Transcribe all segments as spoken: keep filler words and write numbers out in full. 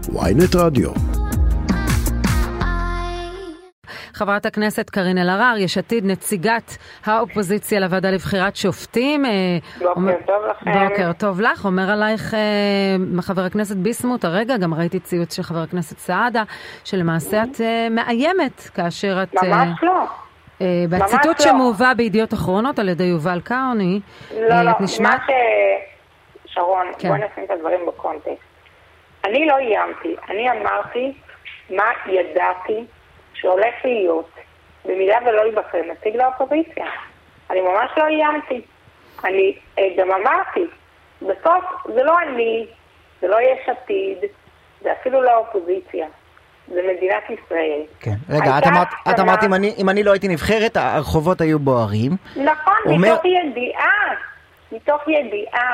וויינט רדיו. חברת הכנסת קארין אלהרר, יש עתיד, נציגת האופוזיציה לוועדה לבחירת שופטים. בוקר אומר, טוב לכם. בוקר טוב לך. אומר עלייך אה, חבר הכנסת ביסמוט, הרגע גם ראיתי ציוץ של חבר הכנסת סעדה, שלמעשה את אה, מאיימת כאשר את... ממש לא. אה, בציטוט שמובא בידיעות אחרונות על ידי יובל קרני. לא, אה, לא, נשמע... מה ש... שרון, כן. בואי נשים את הדברים בקונטקסט. אני לא איימתי, אני אמרתי מה ידעתי שהולך להיות, במידה ולא ייבחר נציג לאופוזיציה. אני ממש לא איימתי. אני גם אמרתי, בסוף זה לא אני, זה לא יש עתיד, זה אפילו לא האופוזיציה, זה מדינת ישראל. כן, רגע, את אמרת, שנה... את אמרת אם, אני, אם אני לא הייתי נבחרת, הרחובות היו בוערים. נכון, אומר... מתוך ידיעה, מתוך ידיעה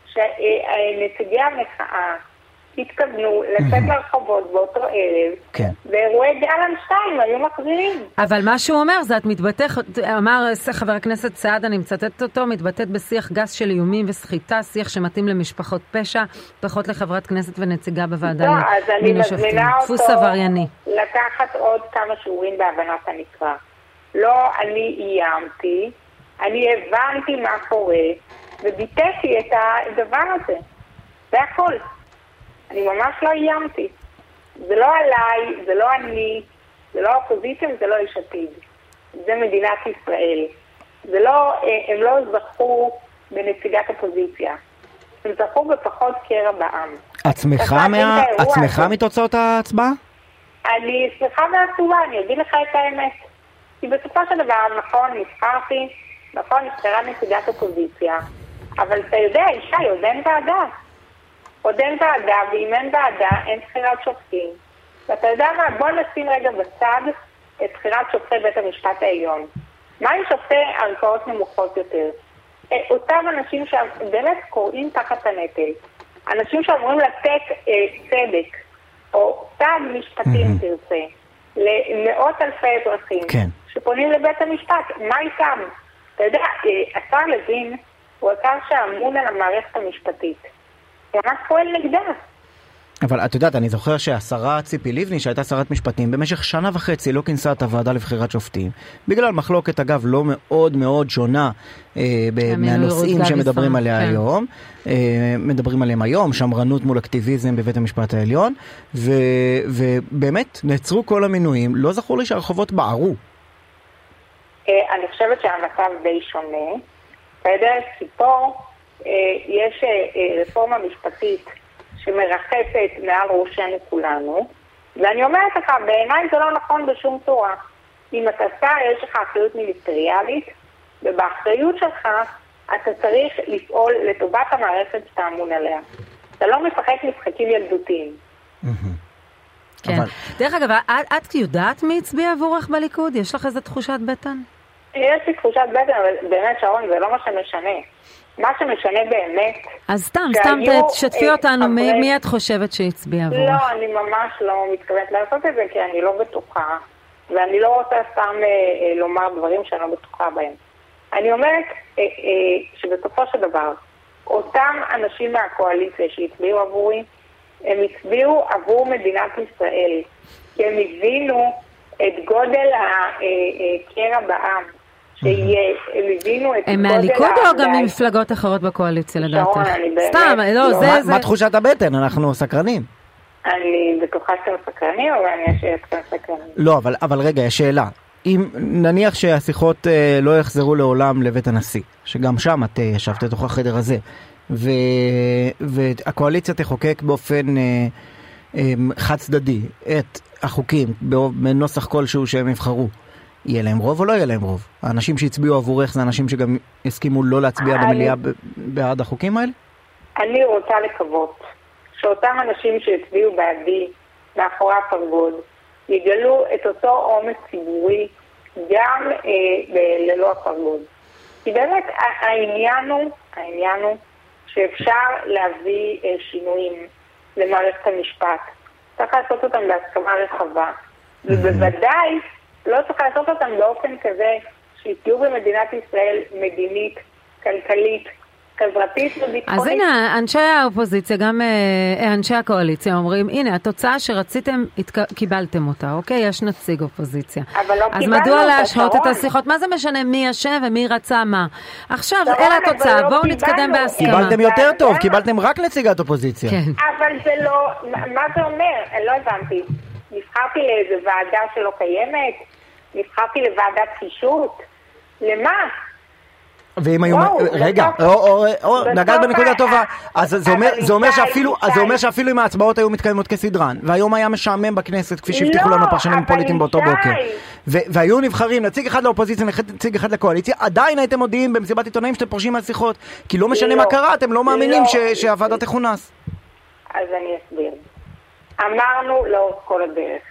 שנציגי המחאה, התכוונו לצאת לרחובות באותו ערב, כן. ואירועי גלן שתיים היו מחזירים. אבל מה שהוא אומר זה, את מתבטאת, אמר חבר הכנסת סעדה, אני מצטטת אותו, מתבטאת בשיח גס של איומים וסחיטה, שיח שמתאים למשפחות פשע, פחות לחברת כנסת ונציגה בוועדה לא, אז אני מזמינה אותו דפוס עברייני. לקחת עוד כמה שיעורים בהבנת הנקרא. לא אני איימתי, אני הבנתי מה קורה, וביטאתי את הדבר הזה. זה הכל. אני ממש לא איימתי. זה לא עליי, זה לא אני, זה לא אופוזיציה, זה לא יש עתיד. זה מדינת ישראל. זה לא, הם לא זכו בנציגת אופוזיציה. הם זכו בפחות קרע בעם. את שמחה מה... את שמחה מתוצאות ההצבעה? אני שמחה מהעצובה, אני אגיד לך את האמת. כי בסופו של דבר, נכון, נבחרתי, נכון, נבחרה נציגת אופוזיציה, אבל אתה יודע, אישה, עוד אין ועדה. עוד אין ועדה, ואם אין ועדה, אין בחירת שופטים. ואתה יודע מה? בוא נשים רגע בצד את בחירת שופטי בית המשפט העליון. מה עם שופטי ערכאות נמוכות יותר? אותם אנשים שבאמת קוראים תחת הנטל. אנשים שאמורים לתת אה, צדק, או צד משפטים mm-hmm. תרצה, למאות אלפי אזרחים, כן. שפונים לבית המשפט. מה איתם? אתה יודע, אה, השר לוין הוא השר שאמון על המערכת המשפטית. ממש פועל נגדה. אבל את יודעת, אני זוכר שהשרה ציפי לבני, שהייתה שרת משפטים, במשך שנה וחצי לא כינסה את הוועדה לבחירת שופטים, בגלל מחלוקת, אגב, לא מאוד מאוד שונה אה, מהנושאים שמדברים עליה כן. היום, אה, מדברים עליהם היום, שמרנות מול אקטיביזם בבית המשפט העליון, ו, ובאמת נעצרו כל המינויים, לא זכור לי שהרחובות בערו. אה, אני חושבת שהמצב די שונה, בסדר? כי פה אה, יש אה, רפורמה משפטית, שמרחפת מעל ראשנו כולנו, ואני אומרת לך, בעיניי זה לא נכון בשום צורה. אם אתה שר, יש לך אחריות מיניסטריאלית, ובאחריות שלך אתה צריך לפעול לטובת המערכת שאתה אמון עליה. אתה לא משחק משחקים ילדותיים. כן. דרך אגב, את יודעת מי הצביע עבורך בליכוד? יש לך איזו תחושת בטן? יש לי תחושת בטן, אבל באמת, שרון, זה לא מה שמשנה. מה שמשנה באמת... אז סתם, סתם תשתפי אותנו, מי את חושבת שהצביע עבורך? לא, אני ממש לא מתכוונת לעשות את זה, כי אני לא בטוחה, ואני לא רוצה סתם לומר דברים שאני לא בטוחה בהם. אני אומרת שבסופו של דבר, אותם אנשים מהקואליציה שהצביעו עבורי, הם הצביעו עבור מדינת ישראל, כי הם הבינו את גודל הקרע בעם. הם מהליכוד או גם ממפלגות אחרות בקואליציה לדעתך? סתם, לא, זה... מה תחושת הבטן? אנחנו סקרנים. אני בטוחה שאתם סקרנים, אבל אני אשאר אתכם סקרנים. לא, אבל רגע, יש שאלה. אם נניח שהשיחות לא יחזרו לעולם לבית הנשיא, שגם שם את ישבת לתוך החדר הזה, והקואליציה תחוקק באופן חד צדדי את החוקים בנוסח כלשהו שהם יבחרו, יהיה להם רוב או לא יהיה להם רוב? האנשים שהצביעו עבורך זה אנשים שגם הסכימו לא להצביע במליאה בעד החוקים האלה? אני רוצה לקוות שאותם אנשים שהצביעו בעדי מאחורי הפרגוד יגלו את אותו אומץ ציבורי גם אה, ללא הפרגוד. כי באמת העניין הוא, העניין הוא שאפשר להביא אה, שינויים למערכת המשפט. צריך לעשות אותם בהסכמה רחבה. ובוודאי לא צריך לעשות אותם באופן כזה שיתיעו במדינת ישראל מדינית, כלכלית, חברתית וביטחונית. אז הנה, אנשי האופוזיציה, גם אה, אנשי הקואליציה אומרים, הנה, התוצאה שרציתם, התק... קיבלתם אותה, אוקיי? יש נציג אופוזיציה. אבל לא אז קיבלנו אותה, מדוע להשהות שרון? את השיחות? מה זה משנה מי ישב ומי רצה מה? עכשיו, שרון, אלה התוצאה, לא בואו קיבלנו. נתקדם בהסכמה. קיבלתם יותר אבל- טוב, קיבלתם רק נציגת אופוזיציה. כן. אבל זה לא, מה זה אומר? אני לא הבנתי. נבחרתי לאיזו ועדה שלא קיימת? נבחרתי לוועדת חישות? למה? ואם היו... וואו, רגע, בסוף- או, או, או, בסוף נגעת בנקודה ה- טובה. אז זה אבל אומר, זה אומר ישי, שאפילו, אז זה אומר ישי. שאפילו אם ההצבעות היו מתקיימות כסדרן, והיום היה משעמם בכנסת, כפי שהבטיחו לא, לנו פרשנים אבל פוליטיים באותו ישי. בוקר, ו- והיו נבחרים נציג אחד לאופוזיציה, נציג אחד לקואליציה, עדיין הייתם מודיעים במסיבת עיתונאים שאתם פורשים מהשיחות, כי לא משנה לא. מה קרה, אתם לא מאמינים לא. ש- שהוועדה תכונס. אז אני אסביר. אמרנו לאורך כל הדרך,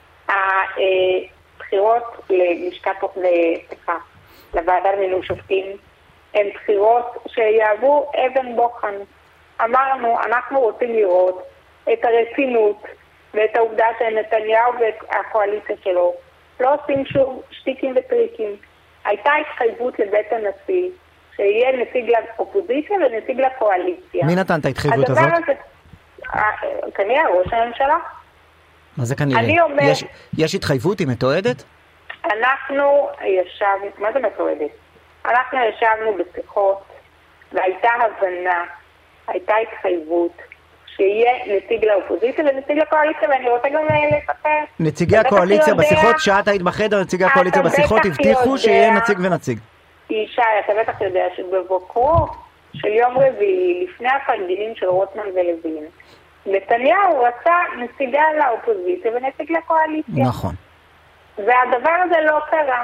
הבחירות ללשכת, סליחה, לוועדה למינוי שופטים, הן בחירות שיהוו אבן בוחן. אמרנו, אנחנו רוצים לראות את הרצינות ואת העובדה שנתניהו והקואליציה שלו לא עושים שוב שטיקים וטריקים. הייתה התחייבות לבית הנשיא שיהיה נציג לאופוזיציה ונציג לקואליציה. מי נתן את ההתחייבות הדבר הזאת? הזה, כנראה ראש הממשלה. מה זה כנראה? אני אומר- יש- יש התחייבות, היא מתועדת? אנחנו ישבנו, מה זה מתועדת? אנחנו ישבנו בשיחות והייתה הבנה, הייתה התחייבות שיהיה נציג לאופוזיציה ונציג לקואליציה, ואני רוצה גם לספר. נציגי אתה בטח הקואליציה יודע- בשיחות, שאת היית בחדר, נציגי הקואליציה אתה בשיחות בטח הבטיחו יודע- שיהיה נציג ונציג. ישי, אתה בטח יודע שבבוקרו של יום רביעי, לפני התרגילים של רוטמן ולוין, נתניהו רצה נציגה לאופוזיציה ונציג לקואליציה. נכון. והדבר הזה לא קרה.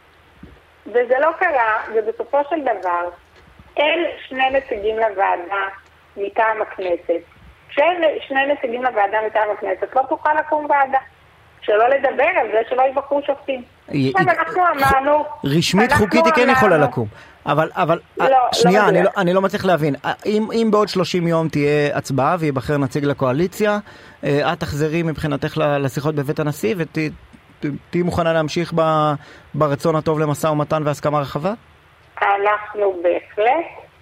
וזה לא קרה, ובסופו של דבר, אין שני נציגים לוועדה מטעם הכנסת. כשאין שני נציגים לוועדה מטעם הכנסת, לא תוכל לקום ועדה. שלא לדבר על זה שלא יבחרו שופטים. היא- עכשיו היא- אנחנו אמרנו... רשמית אנחנו חוקית היא כן אמרנו- יכולה לקום. אבל, אבל, לא, אה, לא שנייה, אני מדויק. לא, אני לא מצליח להבין. אה, אם, אם בעוד שלושים יום תהיה הצבעה ויבחר נציג לקואליציה, אה, את תחזרי מבחינתך ל- לשיחות בבית הנשיא ותהיי מוכנה להמשיך ב- ברצון הטוב למשא ומתן והסכמה רחבה? אנחנו בהחלט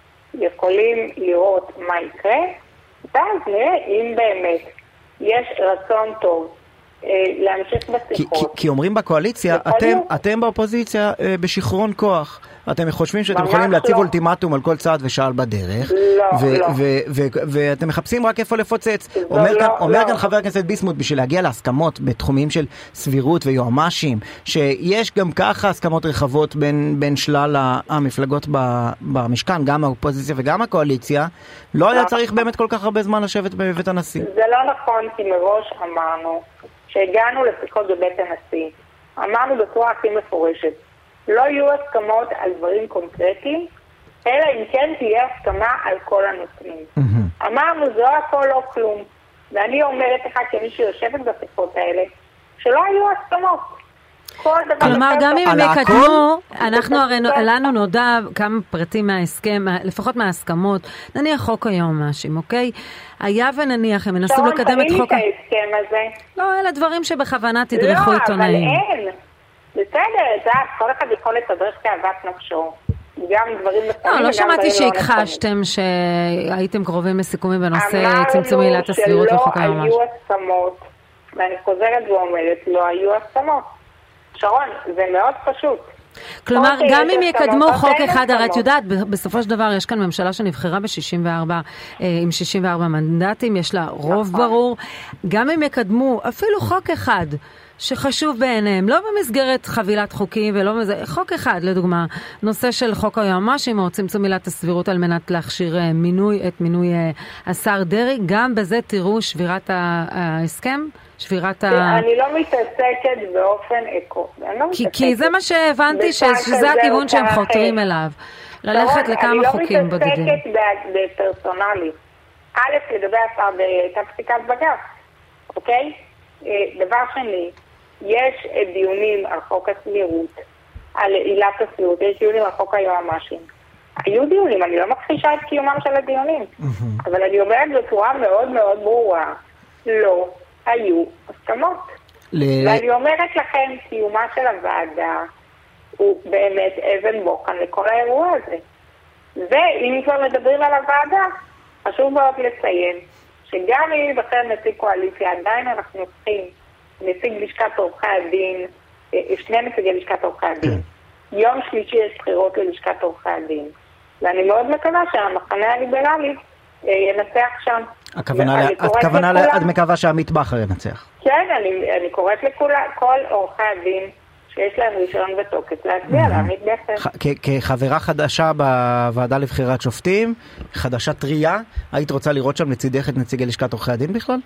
יכולים לראות מה יקרה, ואז נראה אם באמת יש רצון טוב אה, להמשיך כי, כי, בשיחות. כי אומרים בקואליציה, יכול אתם, להיות. אתם באופוזיציה אה, בשיכרון כוח. אתם חושבים שאתם ממש יכולים להציב לא. אולטימטום על כל צעד ושעל בדרך, לא, ו- לא. ו- ו- ואתם מחפשים רק איפה לפוצץ. זו אומר לא, כאן, אומר לא. כאן חבר הכנסת ביסמוט, בשביל להגיע להסכמות בתחומים של סבירות ויועמ"שים, שיש גם ככה הסכמות רחבות בין, בין שלל המפלגות ב- במשכן, גם האופוזיציה וגם הקואליציה, לא היה צריך באמת כל כך הרבה זמן לשבת בבית הנשיא. זה לא נכון, כי מראש אמרנו שהגענו לשיחות בבית הנשיא. אמרנו בצורה הכי מפורשת, לא יהיו הסכמות על דברים קונקרטיים, אלא אם כן תהיה הסכמה על כל הנושאים. אמרנו, זו הכל לא כלום. ואני אומרת לך, כמי שיושבת בשיחות האלה, שלא היו הסכמות. כל דבר... כלומר, אחר גם אם על הם הכל? יקדמו, אנחנו הרי, לנו נודע כמה פרטים מההסכם, לפחות מההסכמות, נניח חוק היועמ"שים, אוקיי? היה ונניח, הם ינסו שרון, לקדם את תראי חוק... לי את ההסכם הזה. לא, אלה דברים שבכוונה תדרכו עיתונאים. לא, אבל אין. בסדר, זה, כל אחד יכול לתדרך כאוות נפשו. גם דברים נכונים לא, וגם לא שמעתי דברים לא נכונים. שהכחשתם שהייתם קרובים לסיכומים בנושא צמצום עילת הסבירות וחוק אמרנו היועמ"ש. שלא היו הסכמות, ואני חוזרת ואומרת, לא היו הסכמות. שרון, זה מאוד פשוט. כלומר, אוקיי, גם יש אם הסכמות, יקדמו אז חוק אין אחד, הרי את הסכמות. יודעת, בסופו של דבר יש כאן ממשלה שנבחרה ב-שישים וארבע, אה, עם שישים וארבע מנדטים, יש לה רוב נכון. ברור. גם אם יקדמו אפילו חוק אחד, שחשוב בעיניהם, לא במסגרת חבילת חוקים ולא במסגרת, חוק אחד, לדוגמה, נושא של חוק היועמ"שים או צמצום עילת הסבירות על מנת להכשיר אה, מינוי, את מינוי אה, השר דרעי, גם בזה תראו שבירת ההסכם? שבירת ה... אני לא מתעסקת באופן אקו. אני לא כי, מתעסקת. כי זה מה שהבנתי, בצד שזה כזה הכיוון או שהם צד חותרים אחר. אליו. ללכת לכמה חוקים בודדים. אני לא מתעסקת בפרסונלי. א', לגבי השר הייתה פסיקת בג"ץ, אוקיי? דבר שני, יש דיונים על חוק הסבירות, על עילת הסבירות, יש דיונים על חוק היועמ"שים. היו דיונים, אני לא מכחישה את קיומם של הדיונים, אבל אני אומרת בצורה מאוד מאוד ברורה, לא היו הסכמות. ל- ואני אומרת לכם, קיומה של הוועדה הוא באמת אבן בוחן לכל האירוע הזה. ואם כבר מדברים על הוועדה, חשוב מאוד לציין שגם אם ייבחר נציג קואליציה, עדיין אנחנו צריכים נציג לשכת עורכי הדין, שני נציגי לשכת עורכי הדין. יום שלישי יש בחירות ללשכת עורכי הדין. ואני מאוד מקווה שהמחנה הליברלי ינצח שם. הכוונה, את מקווה שהמטבחר ינצח. כן, אני קוראת לכל עורכי הדין שיש להם רישיון בתוקף להצביע לעמית בכר. כחברה חדשה בוועדה לבחירת שופטים, חדשה טריה, היית רוצה לראות שם לצידך את נציגי לשכת עורכי הדין בכלל?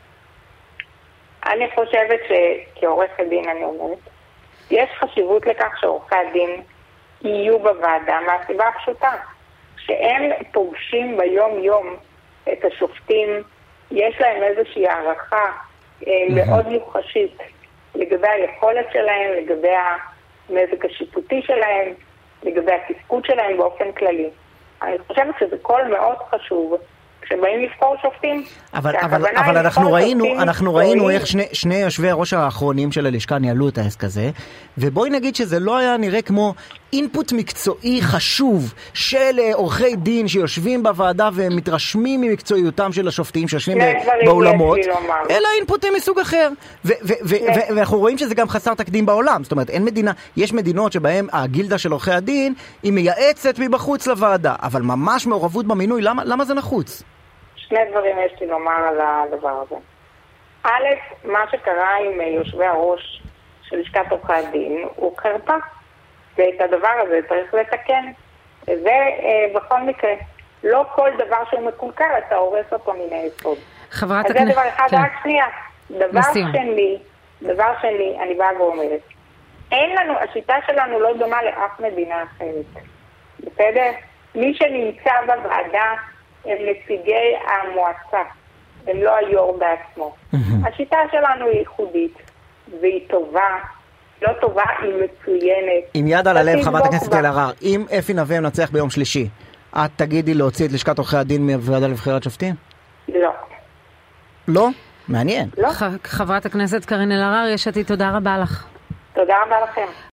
אני חושבת שכעורכת דין אני אומרת, יש חשיבות לכך שעורכי הדין יהיו בוועדה מהסיבה הפשוטה. שהם פוגשים ביום יום את השופטים, יש להם איזושהי הערכה מאוד מוחשית לגבי היכולת שלהם, לגבי המזג השיפוטי שלהם, לגבי התפקוד שלהם באופן כללי. אני חושבת שזה קול מאוד חשוב כשבאים לבחור שופטים. אבל, אבל, אבל אנחנו ראינו, אנחנו ראינו איך שני, שני יושבי הראש האחרונים של הלשכה ניהלו את העסק הזה, ובואי נגיד שזה לא היה נראה כמו אינפוט מקצועי חשוב של עורכי דין שיושבים בוועדה ומתרשמים ממקצועיותם של השופטים שיושבים באולמות, אלא אינפוטים מסוג אחר. ואנחנו רואים שזה גם חסר תקדים בעולם. זאת אומרת, אין מדינה, יש מדינות שבהן הגילדה של עורכי הדין היא מייעצת מבחוץ לוועדה, אבל ממש מעורבות במינוי, למה, למה זה נחוץ? שני דברים יש לי לומר על הדבר הזה. א', מה שקרה עם יושבי הראש של לשכת עורכי הדין הוא חרפה. ואת הדבר הזה צריך לתקן. ובכל מקרה, לא כל דבר שהוא מקולקל, אתה הורס אותו מן היסוד. חברת הכנסת... אז זה דבר אחד, רק שנייה. דבר שני, דבר שני, אני באה ואומרת, אין לנו, השיטה שלנו לא דומה לאף מדינה אחרת. בסדר? מי שנמצא בוועדה הם נציגי המועצה, הם לא היו"ר בעצמו. השיטה שלנו היא ייחודית, והיא טובה, לא טובה, היא מצוינת. עם יד על הלב, חברת הכנסת אלהרר, אם אפי נווה מנצח ביום שלישי, את תגידי להוציא את לשכת עורכי הדין מהוועדה לבחירת שופטים? לא. לא? מעניין. לא. חברת הכנסת קארין אלהרר, יש עתיד, תודה רבה לך. תודה רבה לכם.